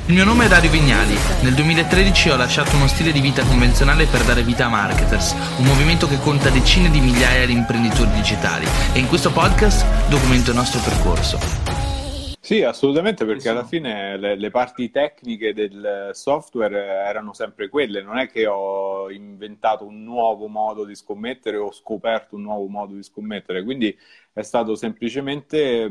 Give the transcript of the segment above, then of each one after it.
Il mio nome è Dario Vignali. Nel 2013 ho lasciato uno stile di vita convenzionale per dare vita a Marketers, un movimento che conta decine di migliaia di imprenditori digitali, e in questo podcast documento il nostro percorso. Sì, assolutamente, perché alla fine le parti tecniche del software erano sempre quelle. Non è che ho inventato un nuovo modo di scommettere o scoperto un nuovo modo di scommettere, quindi è stato semplicemente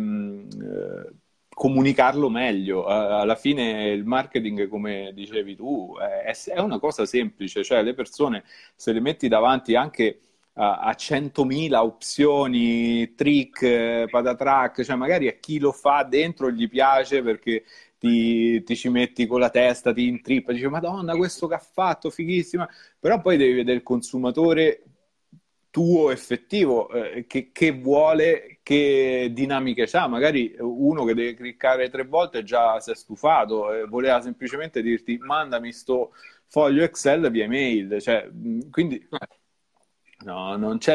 comunicarlo meglio. Alla fine il marketing, come dicevi tu, è una cosa semplice, cioè le persone, se le metti davanti anche a 100.000 opzioni, trick, patatrack, cioè magari a chi lo fa dentro gli piace perché ti ci metti con la testa, ti intrippa, dici Madonna, questo che ha fatto, fighissima, però poi devi vedere il consumatore tuo effettivo, che vuole, che dinamiche c'ha. Magari uno che deve cliccare 3 volte già si è stufato, voleva semplicemente dirti mandami sto foglio Excel via email, cioè, quindi no, non c'è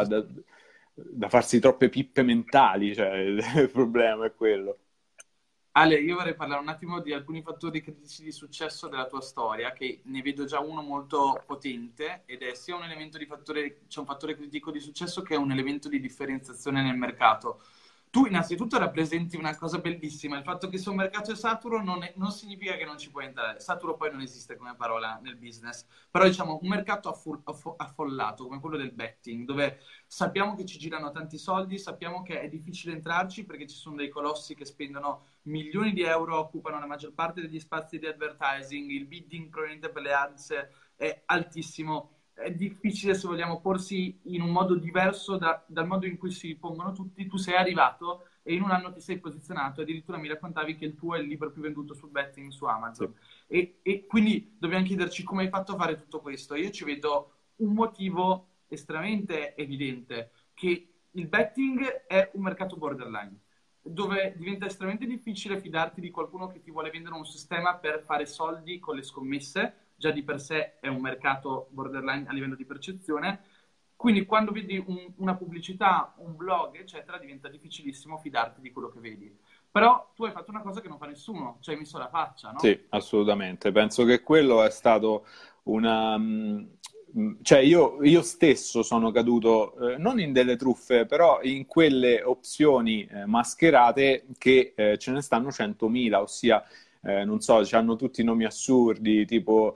da farsi troppe pippe mentali, cioè il problema è quello. Ale, io vorrei parlare un attimo di alcuni fattori critici di successo della tua storia, che ne vedo già uno molto potente, ed è sia un elemento di c'è un fattore critico di successo che è un elemento di differenziazione nel mercato. Tu innanzitutto rappresenti una cosa bellissima: il fatto che sia un mercato è saturo non significa che non ci puoi entrare. Saturo poi non esiste come parola nel business, però diciamo un mercato affollato come quello del betting, dove sappiamo che ci girano tanti soldi, sappiamo che è difficile entrarci perché ci sono dei colossi che spendono milioni di euro, occupano la maggior parte degli spazi di advertising, il bidding probabilmente per le ads è altissimo. È difficile, se vogliamo, porsi in un modo diverso dal modo in cui si pongono tutti. Tu sei arrivato e in un anno ti sei posizionato, addirittura mi raccontavi che il tuo è il libro più venduto sul betting su Amazon. Sì. E quindi dobbiamo chiederci come hai fatto a fare tutto questo. Io ci vedo un motivo estremamente evidente, che il betting è un mercato borderline, dove diventa estremamente difficile fidarti di qualcuno che ti vuole vendere un sistema per fare soldi con le scommesse. Già di per sé è un mercato borderline a livello di percezione, quindi quando vedi una pubblicità, un blog, eccetera, diventa difficilissimo fidarti di quello che vedi. Però tu hai fatto una cosa che non fa nessuno, cioè hai messo la faccia, no? Sì, assolutamente. Penso che quello è stato una... Cioè io stesso sono caduto, non in delle truffe, però in quelle opzioni mascherate che ce ne stanno 100.000, ossia, non so, hanno tutti nomi assurdi, tipo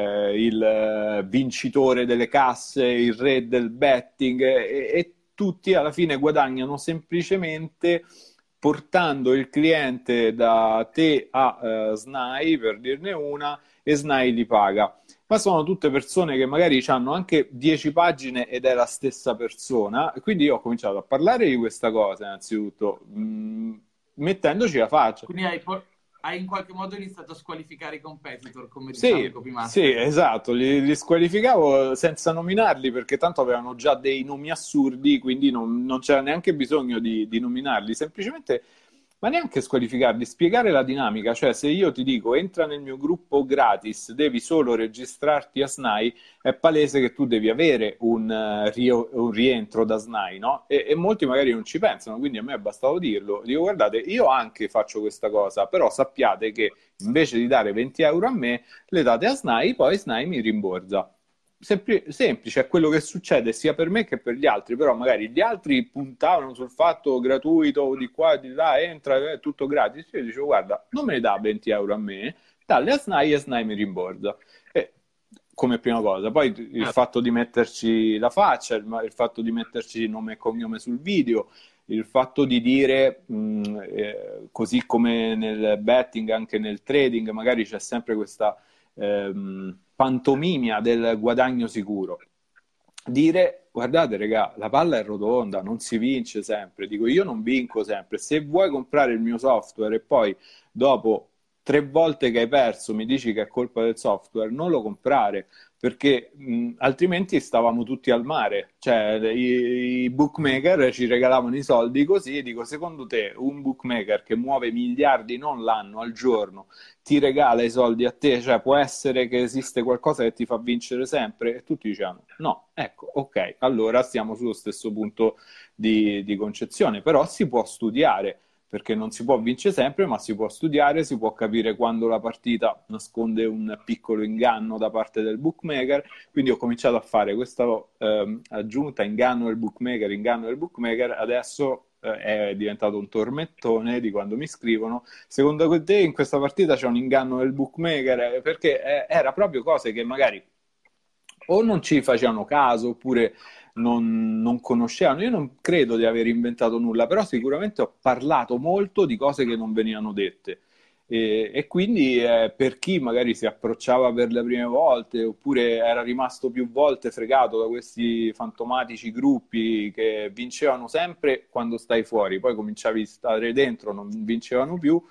il vincitore delle casse, il re del betting, e tutti alla fine guadagnano semplicemente portando il cliente da te a SNAI, per dirne una, e SNAI li paga. Ma sono tutte persone che magari hanno anche 10 pagine ed è la stessa persona. Quindi io ho cominciato a parlare di questa cosa, innanzitutto, mettendoci la faccia. Quindi hai in qualche modo iniziato a squalificare i competitor, come diciamo Sì, i copymaster. sì, esatto, li squalificavo senza nominarli perché tanto avevano già dei nomi assurdi, quindi non c'era neanche bisogno di nominarli, semplicemente, ma neanche squalificarli, spiegare la dinamica. Cioè, se io ti dico entra nel mio gruppo gratis, devi solo registrarti a SNAI, è palese che tu devi avere un rientro da SNAI, no? E molti magari non ci pensano, quindi a me è bastato dirlo. Dico, guardate, io anche faccio questa cosa, però sappiate che invece di dare 20 euro a me, le date a SNAI, poi SNAI mi rimborsa. Semplice, è quello che succede sia per me che per gli altri, però magari gli altri puntavano sul fatto gratuito, di qua e di là, entra, è tutto gratis. Io dicevo, guarda, non me ne dà 20 euro a me, dalle a SNAI e SNAI mi rimborsa. E, come prima cosa. Poi il fatto di metterci la faccia, il fatto di metterci nome e cognome sul video, il fatto di dire, così come nel betting, anche nel trading, magari c'è sempre questa pantomimia del guadagno sicuro. Dire, guardate regà, la palla è rotonda, non si vince sempre. Dico, io non vinco sempre. Se vuoi comprare il mio software e poi dopo 3 volte che hai perso mi dici che è colpa del software, non lo comprare, perché altrimenti stavamo tutti al mare. Cioè i bookmaker ci regalavano i soldi così. Dico, secondo te un bookmaker che muove miliardi non l'anno, al giorno, ti regala i soldi a te? Cioè può essere che esiste qualcosa che ti fa vincere sempre? E tutti dicevano no. Ecco, ok, allora stiamo sullo stesso punto di concezione, però si può studiare. perché non si può vincere sempre, ma si può studiare, si può capire quando la partita nasconde un piccolo inganno da parte del bookmaker. Quindi ho cominciato a fare questa aggiunta, inganno del bookmaker, inganno del bookmaker. Adesso è diventato un tormentone di quando mi scrivono: secondo te in questa partita c'è un inganno del bookmaker? Perché era proprio cose che magari o non ci facevano caso, oppure non conoscevano. Io non credo di aver inventato nulla, però sicuramente ho parlato molto di cose che non venivano dette. E quindi per chi magari si approcciava per le prime volte, oppure era rimasto più volte fregato da questi fantomatici gruppi che vincevano sempre quando stai fuori, poi cominciavi a stare dentro, non vincevano più.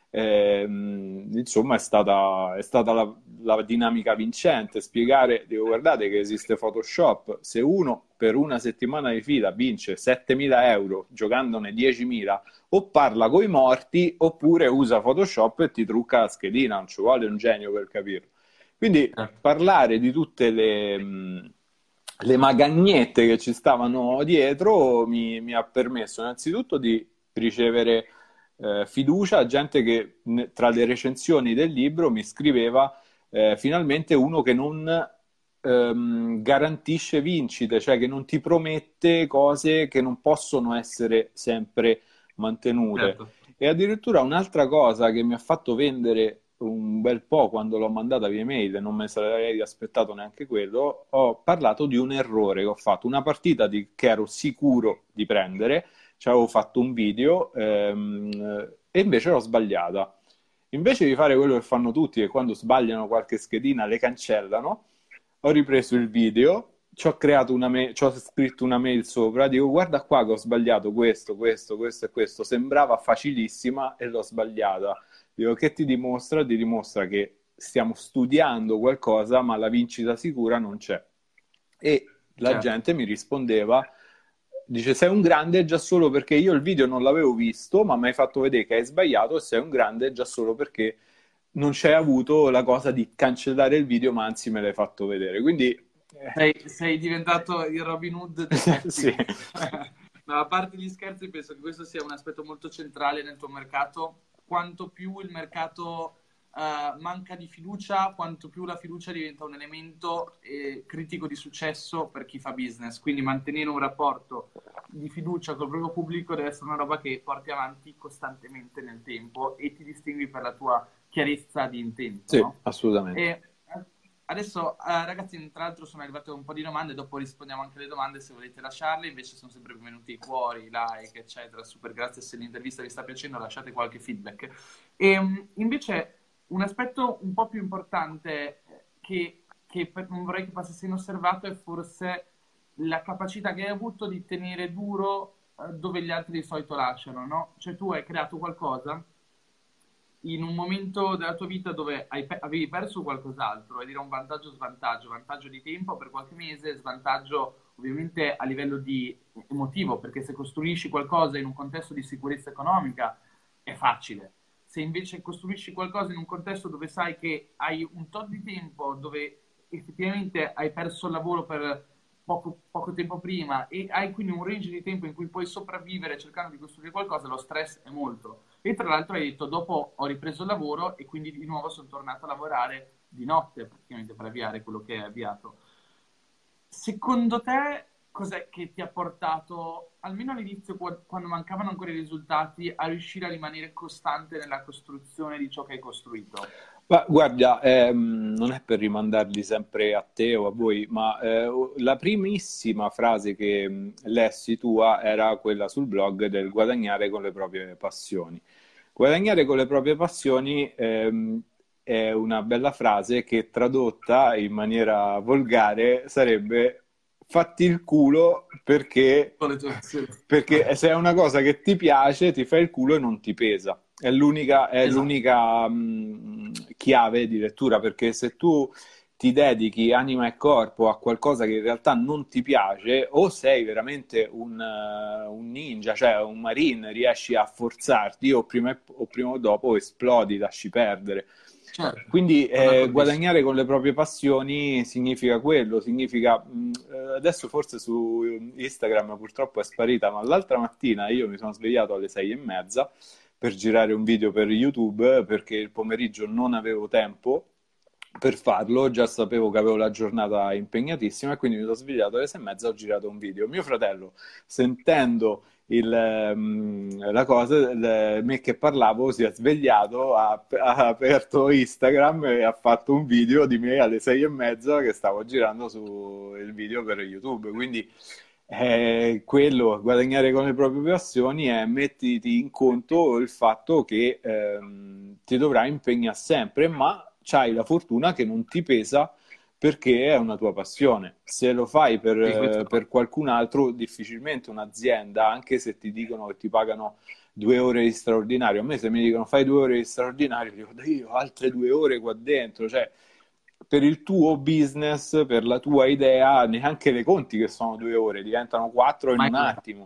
Insomma, è stata la dinamica vincente, spiegare, dico, guardate che esiste Photoshop, se uno per una settimana di fila vince 7.000 euro giocandone 10.000, o parla coi morti oppure usa Photoshop e ti trucca la schedina, non ci vuole un genio per capirlo. Quindi parlare di tutte le magagnette che ci stavano dietro mi ha permesso innanzitutto di ricevere fiducia, gente che tra le recensioni del libro mi scriveva finalmente uno che non garantisce vincite, cioè che non ti promette cose che non possono essere sempre mantenute. Certo. E addirittura un'altra cosa che mi ha fatto vendere un bel po' quando l'ho mandata via email, e non me ne sarei aspettato neanche quello, ho parlato di un errore che ho fatto, una partita che ero sicuro di prendere, ci avevo fatto un video e invece l'ho sbagliata. Invece di fare quello che fanno tutti, che quando sbagliano qualche schedina le cancellano, ho ripreso il video, ci ho creato ci ho scritto una mail sopra, dico guarda qua che ho sbagliato questo, questo, questo e questo, sembrava facilissima e l'ho sbagliata. Dico, che ti dimostra? Ti dimostra che stiamo studiando qualcosa, ma la vincita sicura non c'è. E la gente mi rispondeva, dice, sei un grande già solo perché io il video non l'avevo visto, ma mi hai fatto vedere che hai sbagliato, e sei un grande già solo perché non c'hai avuto la cosa di cancellare il video, ma anzi me l'hai fatto vedere. Quindi sei diventato il Robin Hood del sì. No, a parte gli scherzi, penso che questo sia un aspetto molto centrale nel tuo mercato. Quanto più il mercato manca di fiducia, quanto più la fiducia diventa un elemento critico di successo per chi fa business. Quindi mantenere un rapporto di fiducia col proprio pubblico deve essere una roba che porti avanti costantemente nel tempo e ti distingui per la tua chiarezza di intento. Sì, no? assolutamente. E adesso, ragazzi, tra l'altro sono arrivate un po' di domande, dopo rispondiamo anche alle domande se volete lasciarle, invece sono sempre venuti i cuori, i like, eccetera. Super, grazie se l'intervista vi sta piacendo, lasciate qualche feedback. E invece un aspetto un po' più importante che non vorrei che passasse inosservato è forse la capacità che hai avuto di tenere duro dove gli altri di solito lasciano, no? Cioè tu hai creato qualcosa in un momento della tua vita dove avevi perso qualcos'altro, ed era un vantaggio-svantaggio, vantaggio di tempo per qualche mese, svantaggio ovviamente a livello di emotivo, perché se costruisci qualcosa in un contesto di sicurezza economica è facile. Se invece costruisci qualcosa in un contesto dove sai che hai un tot di tempo, dove effettivamente hai perso il lavoro per poco tempo prima e hai quindi un range di tempo in cui puoi sopravvivere cercando di costruire qualcosa, lo stress è molto. E tra l'altro hai detto, dopo ho ripreso il lavoro e quindi di nuovo sono tornato a lavorare di notte praticamente per avviare quello che hai avviato. Secondo te cos'è che ti ha portato, almeno all'inizio quando mancavano ancora i risultati, a riuscire a rimanere costante nella costruzione di ciò che hai costruito? Ma guarda, non è per rimandarli sempre a te o a voi, ma la primissima frase che lessi tua era quella sul blog del guadagnare con le proprie passioni. Guadagnare con le proprie passioni è una bella frase che tradotta in maniera volgare sarebbe fatti il culo perché se è una cosa che ti piace, ti fai il culo e non ti pesa. È l'unica chiave di lettura, perché se tu ti dedichi anima e corpo a qualcosa che in realtà non ti piace, o sei veramente un ninja, cioè un marine, riesci a forzarti o prima o dopo esplodi, lasci perdere. Certo, Quindi sono d'accordissimo. guadagnare con le proprie passioni significa quello, significa adesso forse su Instagram purtroppo è sparita, ma l'altra mattina io mi sono svegliato alle 6:30 per girare un video per YouTube perché il pomeriggio non avevo tempo per farlo, già sapevo che avevo la giornata impegnatissima e quindi mi sono svegliato alle 6:30 e ho girato un video. Mio fratello, sentendo la cosa, me che parlavo, si è svegliato, ha aperto Instagram e ha fatto un video di me alle 6:30 che stavo girando su il video per YouTube. Quindi quello, guadagnare con le proprie passioni è mettiti in conto il fatto che ti dovrai impegnare sempre, ma c'hai la fortuna che non ti pesa perché è una tua passione. Se lo fai Sì, questo per qualcun altro, difficilmente un'azienda, anche se ti dicono che ti pagano 2 ore di straordinario, a me se mi dicono fai 2 ore di straordinario, dico io altre 2 ore qua dentro, cioè per il tuo business, per la tua idea, neanche le conti che sono 2 ore, diventano 4 in mai un vero. attimo.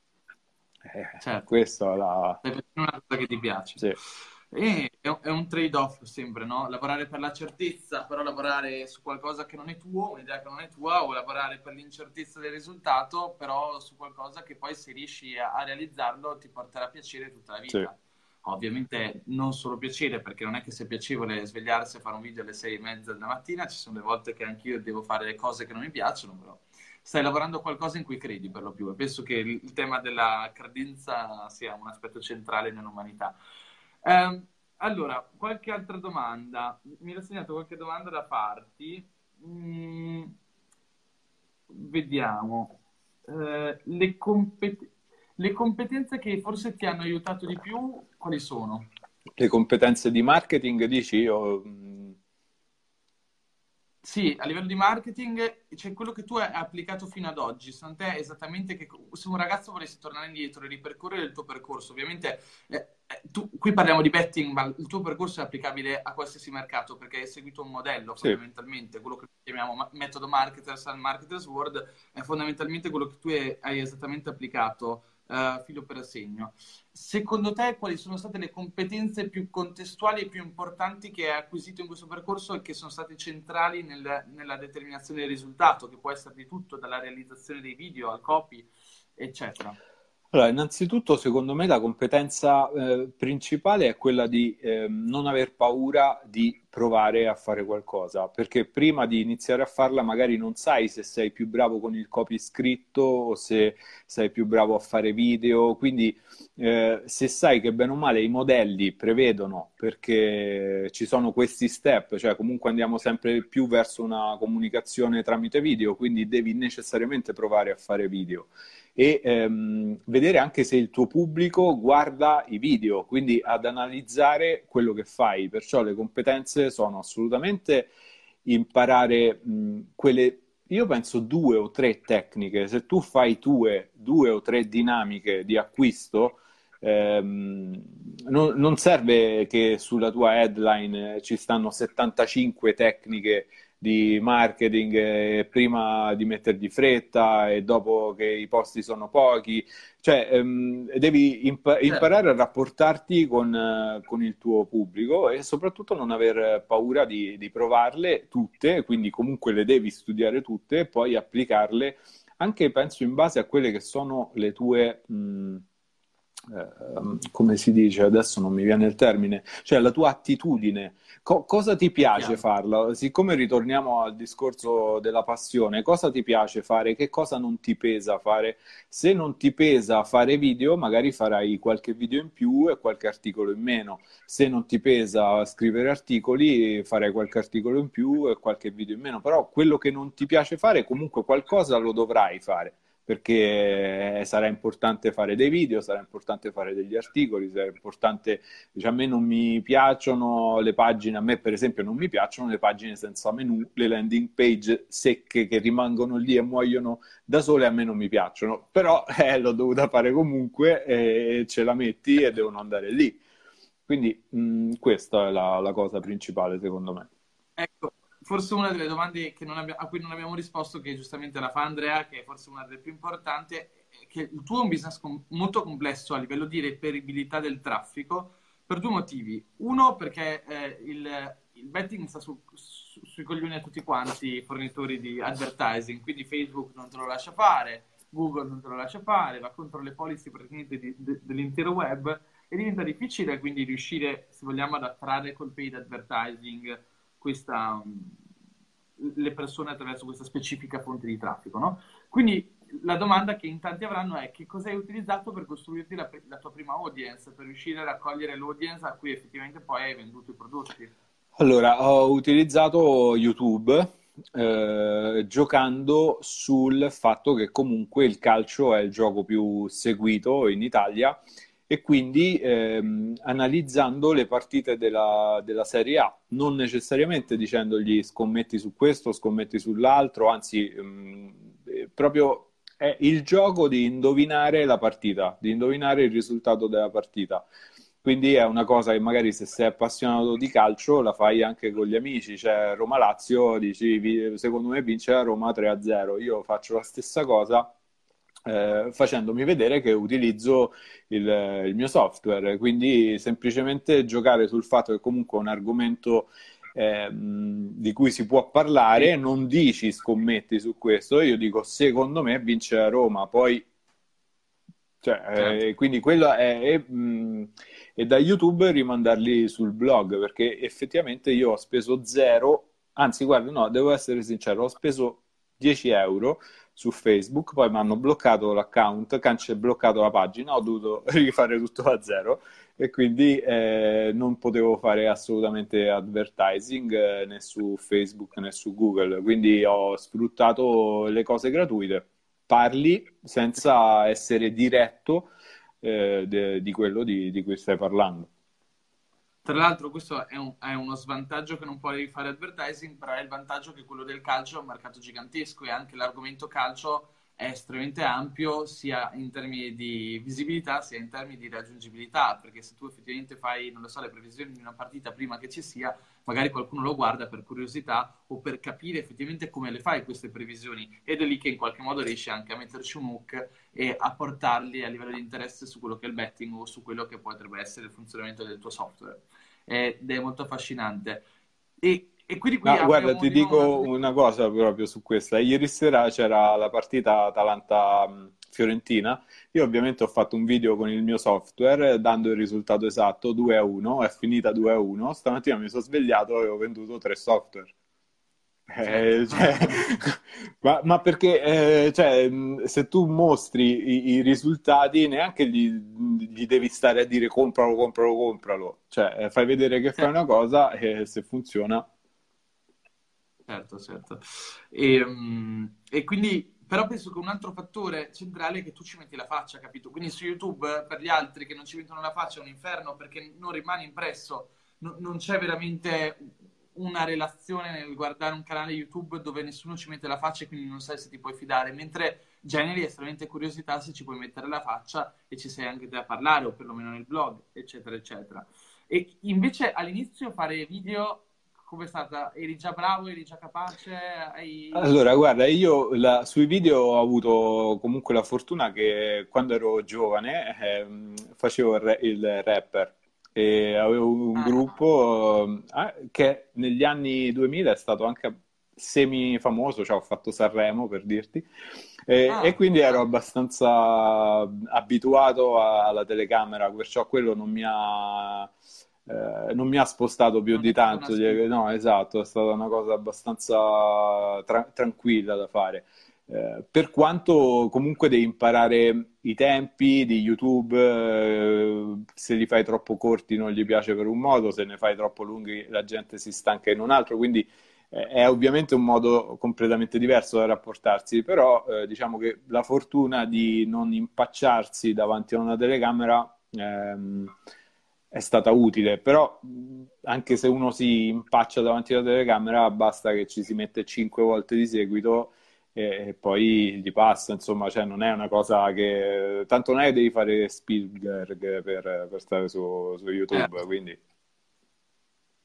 Certo, Questa è la... stai facendo una cosa che ti piace. Sì, E è un trade-off sempre, no? Lavorare per la certezza, però lavorare su qualcosa che non è tuo, un'idea che non è tua, o lavorare per l'incertezza del risultato, però su qualcosa che poi se riesci a realizzarlo ti porterà piacere tutta la sì. vita. Ovviamente non solo piacere, perché non è che sia piacevole svegliarsi e fare un video alle 6:30 della mattina, ci sono le volte che anch'io devo fare le cose che non mi piacciono, però stai lavorando a qualcosa in cui credi per lo più e penso che il tema della credenza sia un aspetto centrale nell'umanità. Allora, qualche altra domanda. Mi ero segnato qualche domanda da farti. Mm, vediamo. Le competenze che forse ti hanno aiutato di più, quali sono? Le competenze di marketing, dici io... Sì, a livello di marketing c'è quello che tu hai applicato fino ad oggi. Secondo te è esattamente che se un ragazzo volesse tornare indietro e ripercorrere il tuo percorso, ovviamente qui parliamo di betting, ma il tuo percorso è applicabile a qualsiasi mercato perché hai seguito un modello Sì. fondamentalmente, quello che chiamiamo metodo marketers and marketers world è fondamentalmente quello che tu hai esattamente applicato filo per assegno. Secondo te, quali sono state le competenze più contestuali e più importanti che hai acquisito in questo percorso e che sono state centrali nella determinazione del risultato, che può essere di tutto, dalla realizzazione dei video al copy, eccetera? Allora, innanzitutto, secondo me, la competenza principale è quella di non aver paura di provare a fare qualcosa, perché prima di iniziare a farla magari non sai se sei più bravo con il copy scritto o se sei più bravo a fare video, quindi se sai che bene o male i modelli prevedono, perché ci sono questi step, cioè comunque andiamo sempre più verso una comunicazione tramite video, quindi devi necessariamente provare a fare video e vedere anche se il tuo pubblico guarda i video, quindi ad analizzare quello che fai. Perciò le competenze sono assolutamente imparare quelle, io penso 2 o 3 tecniche. Se tu fai 2 o 3 dinamiche di acquisto, non serve che sulla tua headline ci stanno 75 tecniche di marketing prima di metter di fretta e dopo che i posti sono pochi, cioè devi Certo. imparare a rapportarti con il tuo pubblico e soprattutto non aver paura di provarle tutte, quindi comunque le devi studiare tutte e poi applicarle anche penso in base a quelle che sono le tue come si dice, adesso non mi viene il termine, cioè la tua attitudine. Cosa ti È piace chiaro. farla? Siccome ritorniamo al discorso della passione, cosa ti piace fare? Che cosa non ti pesa fare? Se non ti pesa fare video, magari farai qualche video in più e qualche articolo in meno. Se non ti pesa scrivere articoli, farai qualche articolo in più e qualche video in meno. Però quello che non ti piace fare, comunque qualcosa lo dovrai fare perché sarà importante fare dei video, sarà importante fare degli articoli, sarà importante, dice, a me non mi piacciono le pagine, a me per esempio non mi piacciono le pagine senza menu, le landing page secche che rimangono lì e muoiono da sole, a me non mi piacciono, però l'ho dovuta fare comunque e ce la metti e devono andare lì. Quindi questa è la cosa principale secondo me. Ecco, forse una delle domande a cui non abbiamo risposto, che giustamente la fa Andrea, che è forse una delle più importanti, è che il tuo è un business molto complesso a livello di reperibilità del traffico per due motivi. Uno, perché il betting sta sui coglioni a tutti quanti i fornitori di advertising, quindi Facebook non te lo lascia fare, Google non te lo lascia fare, va contro le policy praticamente dell'intero web e diventa difficile quindi riuscire, se vogliamo, ad attrarre col paid advertising le persone attraverso questa specifica fonte di traffico, no? Quindi la domanda che in tanti avranno è: che cosa hai utilizzato per costruirti la tua prima audience, per riuscire a raccogliere l'audience a cui effettivamente poi hai venduto i prodotti? Allora, ho utilizzato YouTube giocando sul fatto che comunque il calcio è il gioco più seguito in Italia e quindi analizzando le partite della Serie A, non necessariamente dicendogli scommetti su questo, scommetti sull'altro, anzi proprio è il gioco di indovinare la partita, di indovinare il risultato della partita. Quindi è una cosa che magari se sei appassionato di calcio la fai anche con gli amici, cioè Roma-Lazio, dici secondo me vince la Roma 3-0, io faccio la stessa cosa facendomi vedere che utilizzo il mio software, quindi semplicemente giocare sul fatto che comunque è un argomento di cui si può parlare, non dici scommetti su questo, io dico secondo me vince la Roma, poi Certo. quindi quello e da YouTube rimandarli sul blog perché effettivamente io ho speso zero, anzi guarda no, devo essere sincero, ho speso 10 euro su Facebook, poi mi hanno bloccato l'account, bloccato la pagina, ho dovuto rifare tutto da zero e quindi non potevo fare assolutamente advertising né su Facebook né su Google, quindi ho sfruttato le cose gratuite. Parli senza essere diretto di quello di cui stai parlando. Tra l'altro questo è uno svantaggio che non puoi fare advertising, però è il vantaggio che quello del calcio è un mercato gigantesco e anche l'argomento calcio è estremamente ampio sia in termini di visibilità sia in termini di raggiungibilità, perché se tu effettivamente fai, non lo so, le previsioni di una partita prima che ci sia, magari qualcuno lo guarda per curiosità o per capire effettivamente come le fai queste previsioni ed è lì che in qualche modo riesci anche a metterci un hook e a portarli a livello di interesse su quello che è il betting o su quello che potrebbe essere il funzionamento del tuo software. Ed è molto affascinante. E quindi qui No, guarda, apriamo ti di nuovo un altro dico una cosa proprio su questa. Ieri sera c'era la partita Atalanta-Fiorentina. Io ovviamente ho fatto un video con il mio software dando il risultato esatto, 2-1, è finita 2-1. Stamattina mi sono svegliato e avevo venduto 3 software. certo. Cioè, ma perché cioè, se tu mostri i risultati, neanche gli devi stare a dire compralo, compralo, compralo. Cioè, fai vedere che fai una cosa e se funziona. Certo, certo. E quindi, però penso che un altro fattore centrale è che tu ci metti la faccia, capito? Quindi su YouTube, per gli altri che non ci mettono la faccia, è un inferno perché non rimane impresso, non c'è veramente una relazione nel guardare un canale YouTube dove nessuno ci mette la faccia e quindi non sai se ti puoi fidare, mentre generi estremamente curiosità se ci puoi mettere la faccia e ci sei anche te a parlare, o perlomeno nel blog, eccetera, eccetera. E invece all'inizio fare video, come è stata? Eri già bravo, eri già capace? Allora, guarda, io sui video ho avuto comunque la fortuna che quando ero giovane facevo il rapper e avevo un Ah, gruppo che negli anni 2000 è stato anche semi-famoso, cioè ho fatto Sanremo per dirti, e ah, quindi ero abbastanza abituato alla telecamera, perciò quello non mi ha spostato più non di è stata una tanto. sfida. No, esatto, è stata una cosa abbastanza tranquilla da fare. Per quanto comunque devi imparare i tempi di YouTube, se li fai troppo corti non gli piace per un modo, se ne fai troppo lunghi la gente si stanca in un altro, quindi è ovviamente un modo completamente diverso da rapportarsi, però diciamo che la fortuna di non impacciarsi davanti a una telecamera è stata utile, però anche se uno si impaccia davanti alla telecamera basta che ci si mette 5 volte di seguito e poi gli passa, insomma, cioè non è una cosa che tanto non è che devi fare Spielberg per stare su YouTube, Certo. quindi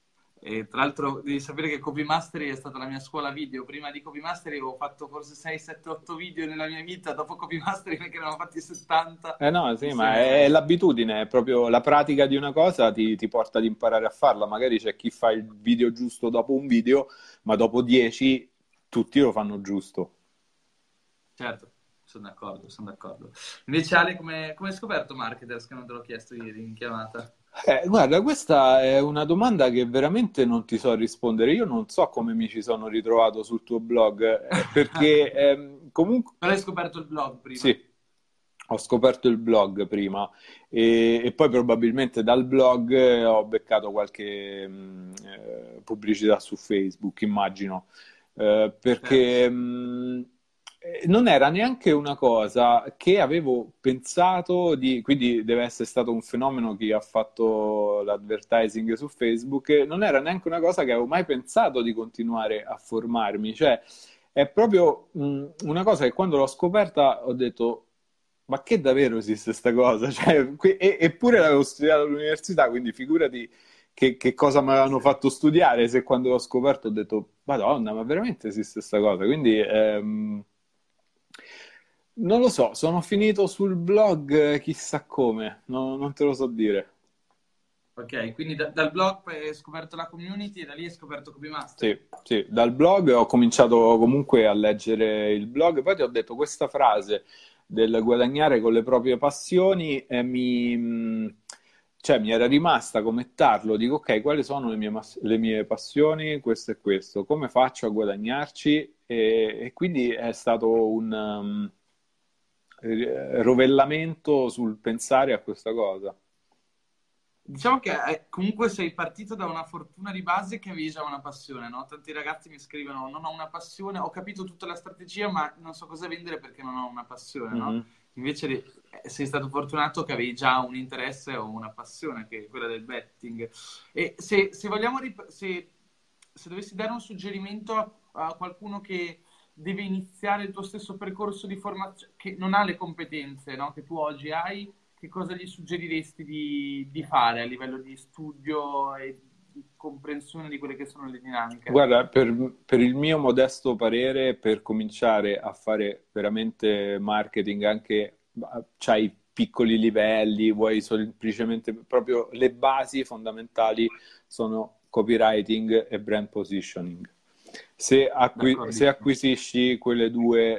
E tra l'altro devi sapere che Copy Mastery è stata la mia scuola video. Prima di Copy Mastery ho fatto forse 6, 7, 8 video nella mia vita, dopo Copy Mastery ne erano fatti 70 Eh no, sì, ma è insieme. l'abitudine, è proprio la pratica di una cosa ti porta ad imparare a farla. Magari c'è chi fa il video giusto dopo un video, ma dopo 10 tutti lo fanno giusto. Certo, sono d'accordo, sono d'accordo. Invece Ale, come hai scoperto Marketers, che non te l'ho chiesto ieri in chiamata? Guarda, questa è una domanda che veramente non ti so rispondere. Io non so come mi ci sono ritrovato sul tuo blog, perché comunque Però hai scoperto il blog prima. sì, ho scoperto il blog prima e poi probabilmente dal blog ho beccato qualche pubblicità su Facebook, immagino. Certo. Perché non era neanche una cosa che avevo pensato di, quindi deve essere stato un fenomeno chi ha fatto l'advertising su Facebook, non era neanche una cosa che avevo mai pensato di continuare a formarmi, cioè è proprio una cosa che quando l'ho scoperta ho detto, ma che davvero esiste questa cosa? Cioè, eppure l'avevo studiato all'università, quindi figurati che cosa mi avevano Sì. fatto studiare se quando l'ho scoperto ho detto, Madonna, ma veramente esiste questa cosa? Quindi non lo so, sono finito sul blog chissà come, non te lo so dire. Ok, quindi dal blog poi hai scoperto la community e da lì hai scoperto Copy Sì, Mastery. sì, dal blog ho cominciato comunque a leggere il blog, poi ti ho detto questa frase del guadagnare con le proprie passioni e cioè, mi era rimasta come tarlo, dico ok, quali sono le mie passioni? Questo e questo, come faccio a guadagnarci? E quindi è stato un rovellamento sul pensare a questa cosa. Diciamo che comunque sei partito da una fortuna di base che avevi già una passione, no? Tanti ragazzi mi scrivono: non ho una passione, ho capito tutta la strategia, ma non so cosa vendere perché non ho una passione, no? Mhm. Invece sei stato fortunato che avevi già un interesse o una passione, che è quella del betting. E se vogliamo, se dovessi dare un suggerimento a qualcuno che deve iniziare il tuo stesso percorso di formazione, che non ha le competenze, no? Che tu oggi hai, che cosa gli suggeriresti di fare a livello di studio e di comprensione di quelle che sono le dinamiche? Guarda, per il mio modesto parere, per cominciare a fare veramente marketing, anche c'hai piccoli livelli, vuoi semplicemente proprio le basi fondamentali sono copywriting e brand positioning. Se D'accordissimo. acquisisci quelle due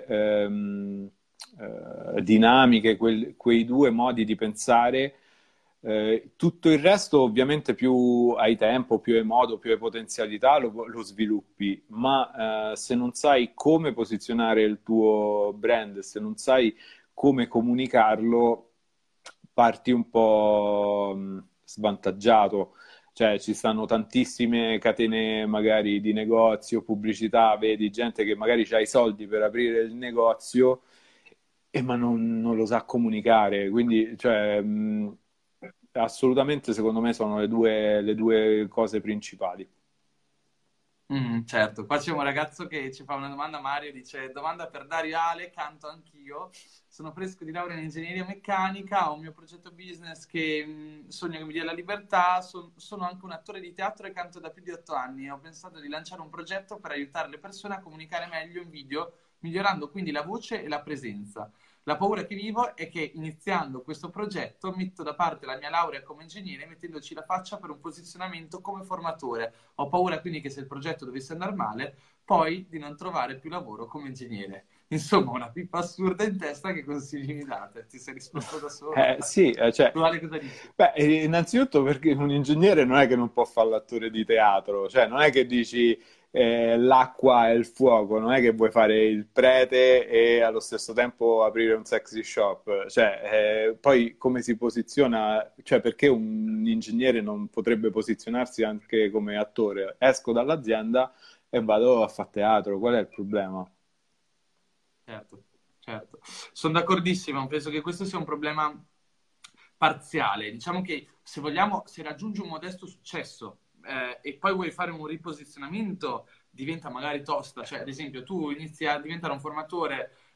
dinamiche, quei due modi di pensare, tutto il resto ovviamente più hai tempo, più hai modo, più hai potenzialità, lo sviluppi, ma se non sai come posizionare il tuo brand, se non sai come comunicarlo, parti un po' svantaggiato. Cioè, ci stanno tantissime catene magari di negozio, pubblicità, vedi gente che magari ha i soldi per aprire il negozio ma non lo sa comunicare. Quindi, cioè, assolutamente secondo me sono le due cose principali. Certo, qua c'è un ragazzo che ci fa una domanda, Mario, dice: domanda per Dario Ale, canto anch'io, sono fresco di laurea in ingegneria meccanica, ho un mio progetto business che sogno che mi dia la libertà, sono anche un attore di teatro e canto da più di 8 anni e ho pensato di lanciare un progetto per aiutare le persone a comunicare meglio in video, migliorando quindi la voce e la presenza. La paura che vivo è che iniziando questo progetto metto da parte la mia laurea come ingegnere mettendoci la faccia per un posizionamento come formatore. Ho paura quindi che se il progetto dovesse andare male, poi di non trovare più lavoro come ingegnere. Insomma, una pippa assurda in testa, che consigli mi date? Ti sei risposto da solo? Sì, cioè, Tu Ale cosa dici? beh, innanzitutto perché un ingegnere non è che non può fare l'attore di teatro, cioè non è che dici l'acqua e il fuoco, non è che vuoi fare il prete e allo stesso tempo aprire un sexy shop, cioè poi come si posiziona, cioè perché un ingegnere non potrebbe posizionarsi anche come attore? Esco dall'azienda e vado a fare teatro, qual è il problema? Certo, certo. Sono d'accordissimo, penso che questo sia un problema parziale. Diciamo che se vogliamo, se raggiungi un modesto successo e poi vuoi fare un riposizionamento, diventa magari tosta. Cioè, ad esempio, tu inizi a diventare un formatore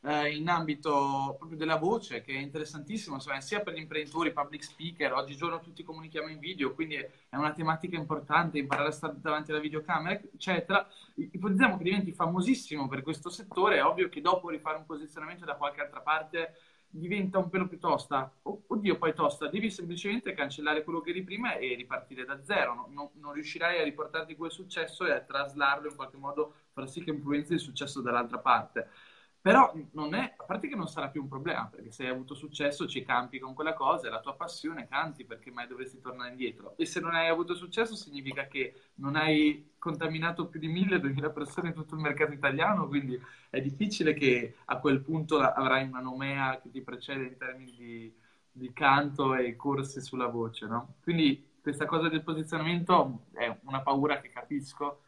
in ambito proprio della voce, che è interessantissimo, insomma, sia per gli imprenditori, public speaker, oggigiorno tutti comunichiamo in video, quindi è una tematica importante, imparare a stare davanti alla videocamera, eccetera. Ipotizziamo che diventi famosissimo per questo settore, è ovvio che dopo rifare un posizionamento da qualche altra parte diventa un pelo più tosta. Oddio, poi tosta, devi semplicemente cancellare quello che eri prima e ripartire da zero. Non riuscirai a riportarti quel successo e a traslarlo in qualche modo, far sì che influenzi il successo dall'altra parte. Però non è, a parte che non sarà più un problema, perché se hai avuto successo ci campi con quella cosa, è la tua passione, canti, perché mai dovresti tornare indietro. E se non hai avuto successo significa che non hai contaminato più di 1000-2000 persone in tutto il mercato italiano, quindi è difficile che a quel punto avrai una nomea che ti precede in termini di canto e corse sulla voce, no? Quindi questa cosa del posizionamento è una paura che capisco.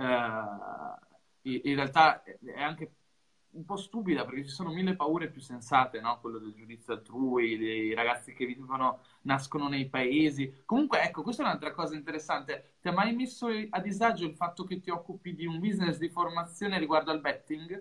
In realtà è anche un po' stupida perché ci sono mille paure più sensate, no? Quello del giudizio altrui, dei ragazzi che vivono, nascono nei paesi. Comunque, ecco, questa è un'altra cosa interessante. Ti ha mai messo a disagio il fatto che ti occupi di un business di formazione riguardo al betting?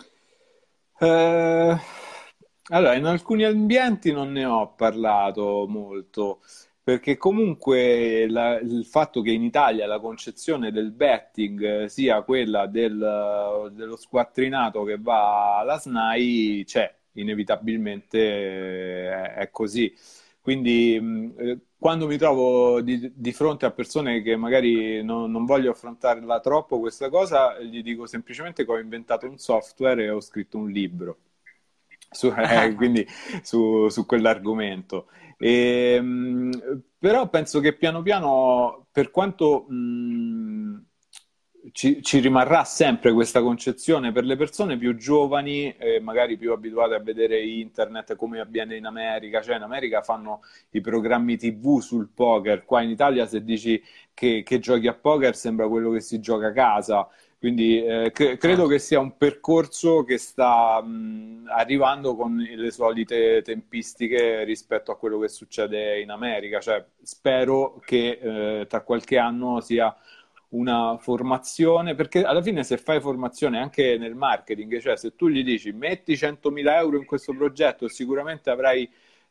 Eh, allora, in alcuni ambienti non ne ho parlato molto, perché comunque il fatto che in Italia la concezione del betting sia quella dello squattrinato che va alla SNAI c'è, inevitabilmente è così. Quindi quando mi trovo di fronte a persone che magari non voglio affrontarla troppo questa cosa, gli dico semplicemente che ho inventato un software e ho scritto un libro quindi su quell'argomento. Però penso che piano piano, per quanto ci rimarrà sempre questa concezione per le persone più giovani, magari più abituate a vedere internet come avviene in America, cioè in America fanno i programmi TV sul poker, qua in Italia se dici che giochi a poker sembra quello che si gioca a casa. Quindi credo che sia un percorso che sta arrivando con le solite tempistiche rispetto a quello che succede in America. Cioè, spero che tra qualche anno sia una formazione, perché alla fine se fai formazione anche nel marketing, cioè se tu gli dici metti 100.000 euro in questo progetto, sicuramente avrai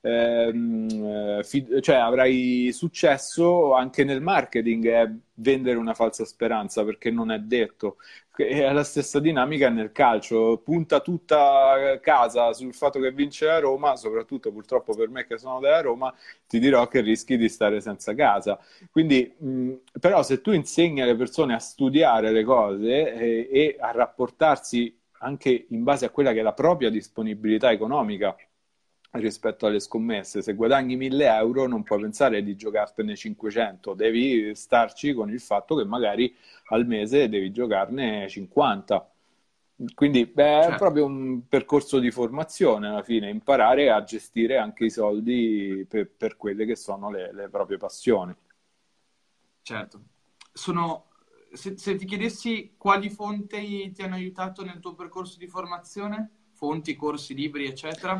cioè avrai successo anche nel marketing, è vendere una falsa speranza perché non è detto. È la stessa dinamica nel calcio, punta tutta casa sul fatto che vince la Roma, soprattutto purtroppo per me che sono della Roma, ti dirò che rischi di stare senza casa. Quindi, però se tu insegni alle persone a studiare le cose e a rapportarsi anche in base a quella che è la propria disponibilità economica, rispetto alle scommesse. Se guadagni 1.000 euro non puoi pensare di giocartene 500, devi starci con il fatto che magari al mese devi giocarne 50. Quindi è Certo. proprio un percorso di formazione alla fine, imparare a gestire anche i soldi per quelle che sono le proprie passioni. Certo. Se ti chiedessi quali fonti ti hanno aiutato nel tuo percorso di formazione, fonti, corsi, libri, eccetera?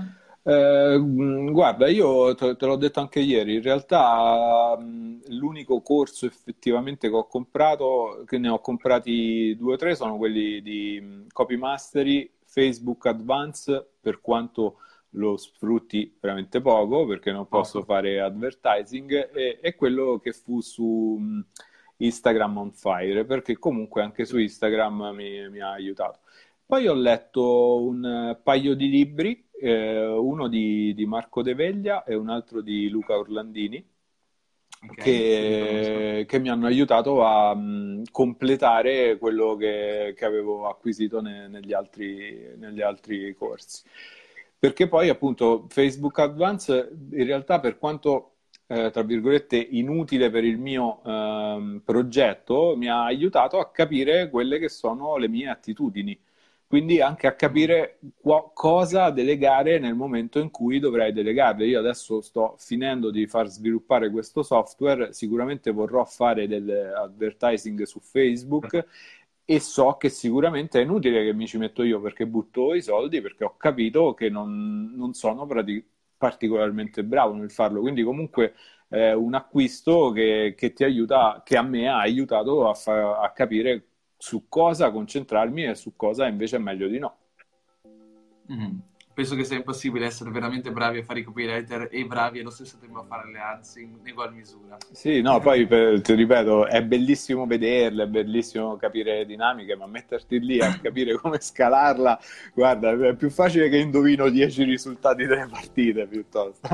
Guarda, io te l'ho detto anche ieri, in realtà l'unico corso effettivamente che ho comprato, che ne ho comprati due o tre, sono quelli di Copy Mastery, Facebook Advance, per quanto lo sfrutti veramente poco, perché non posso Poco. fare advertising, e quello che fu su Instagram on Fire, perché comunque anche su Instagram mi ha aiutato. Poi ho letto un paio di libri, uno di Marco De Veglia e un altro di Luca Orlandini, Ok, sì, li conosco. che mi hanno aiutato a completare quello che avevo acquisito negli altri corsi. Perché poi appunto Facebook Advance in realtà per quanto tra virgolette inutile per il mio progetto, mi ha aiutato a capire quelle che sono le mie attitudini, quindi anche a Mm. capire cosa delegare nel momento in cui dovrei delegarle. Io adesso sto finendo di far sviluppare questo software, sicuramente vorrò fare del advertising su Facebook e so che sicuramente è inutile che mi ci metto io perché butto i soldi, perché ho capito che non sono particolarmente bravo nel farlo. Quindi comunque è un acquisto che ti aiuta, che a me ha aiutato a capire su cosa concentrarmi e su cosa invece è meglio di no. Mhm. Penso che sia impossibile essere veramente bravi a fare i copywriter e bravi allo stesso tempo a fare le ads in egual misura. Sì, no, poi ti ripeto, è bellissimo vederle, è bellissimo capire le dinamiche, ma metterti lì a capire come scalarla, guarda, è più facile che indovino 10 risultati delle partite piuttosto.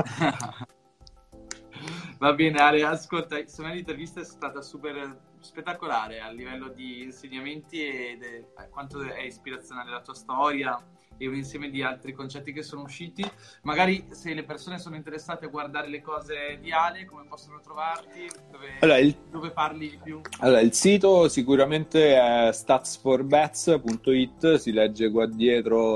Va bene, Ale, ascolta, secondo me l'intervista è stata super spettacolare a livello di insegnamenti e quanto è ispirazionale la tua storia e un insieme di altri concetti che sono usciti. Magari se le persone sono interessate a guardare le cose di Ale, come possono trovarti, Allora, dove parli di più? Allora, il sito sicuramente è statsforbets.it, si legge qua dietro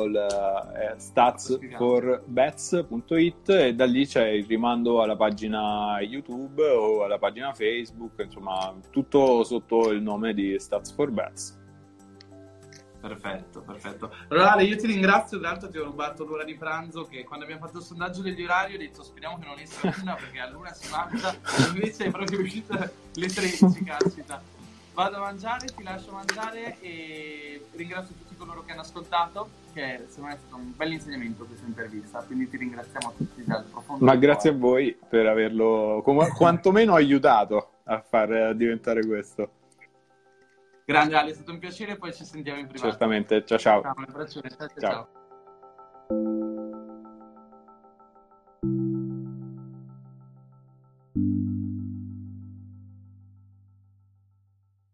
statsforbets.it e da lì c'è il rimando alla pagina YouTube o alla pagina Facebook, insomma, tutto sotto il nome di Stats for Bets. Perfetto, perfetto. Allora Ale, io ti ringrazio, tra l'altro ti ho rubato l'ora di pranzo che quando abbiamo fatto il sondaggio degli orari ho detto speriamo che non sia l'una perché all'una si mangia, invece è proprio uscita le 13, caspita. Vado a mangiare, ti lascio mangiare e ringrazio tutti coloro che hanno ascoltato, che secondo me è stato un bel insegnamento questa intervista, quindi ti ringraziamo tutti dal profondo Ma del grazie a cuore. voi per averlo quantomeno aiutato a far diventare questo. Grande Ale, è stato un piacere, poi ci sentiamo in privato. Certamente, ciao ciao. Ciao, un abbraccione, ciao. Ciao.